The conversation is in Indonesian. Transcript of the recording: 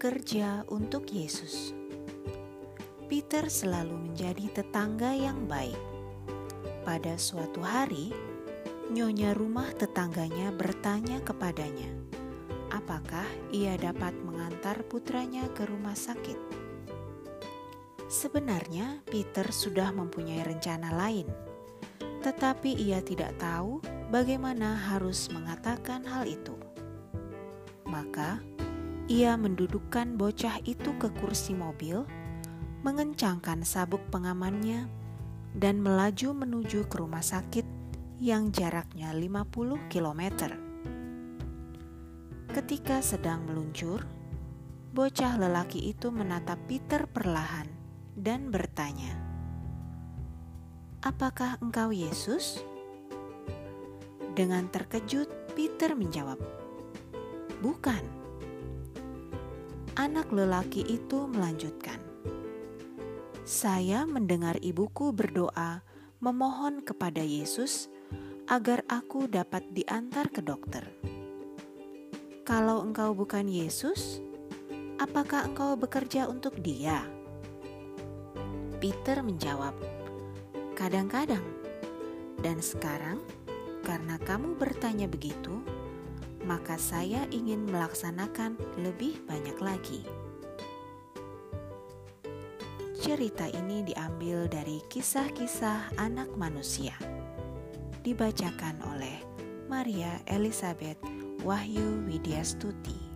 bekerja untuk Yesus. Peter selalu menjadi tetangga yang baik. Pada suatu hari, nyonya rumah tetangganya bertanya kepadanya, apakah ia dapat mengantar putranya ke rumah sakit. Sebenarnya Peter sudah mempunyai rencana lain, tetapi ia tidak tahu bagaimana harus mengatakan hal itu. Maka ia mendudukkan bocah itu ke kursi mobil, mengencangkan sabuk pengamannya, dan melaju menuju ke rumah sakit yang jaraknya 50 km. Ketika sedang meluncur, bocah lelaki itu menatap Peter perlahan dan bertanya, "Apakah engkau Yesus?" Dengan terkejut, Peter menjawab, "Bukan." Anak lelaki itu melanjutkan, "Saya mendengar ibuku berdoa memohon kepada Yesus agar aku dapat diantar ke dokter. Kalau engkau bukan Yesus, apakah engkau bekerja untuk Dia?" Peter menjawab, "Kadang-kadang. Dan sekarang, karena kamu bertanya begitu, maka saya ingin melaksanakan lebih banyak lagi." Cerita ini diambil dari Kisah-Kisah Anak Manusia. Dibacakan oleh Maria Elizabeth Wahyu Widyastuti.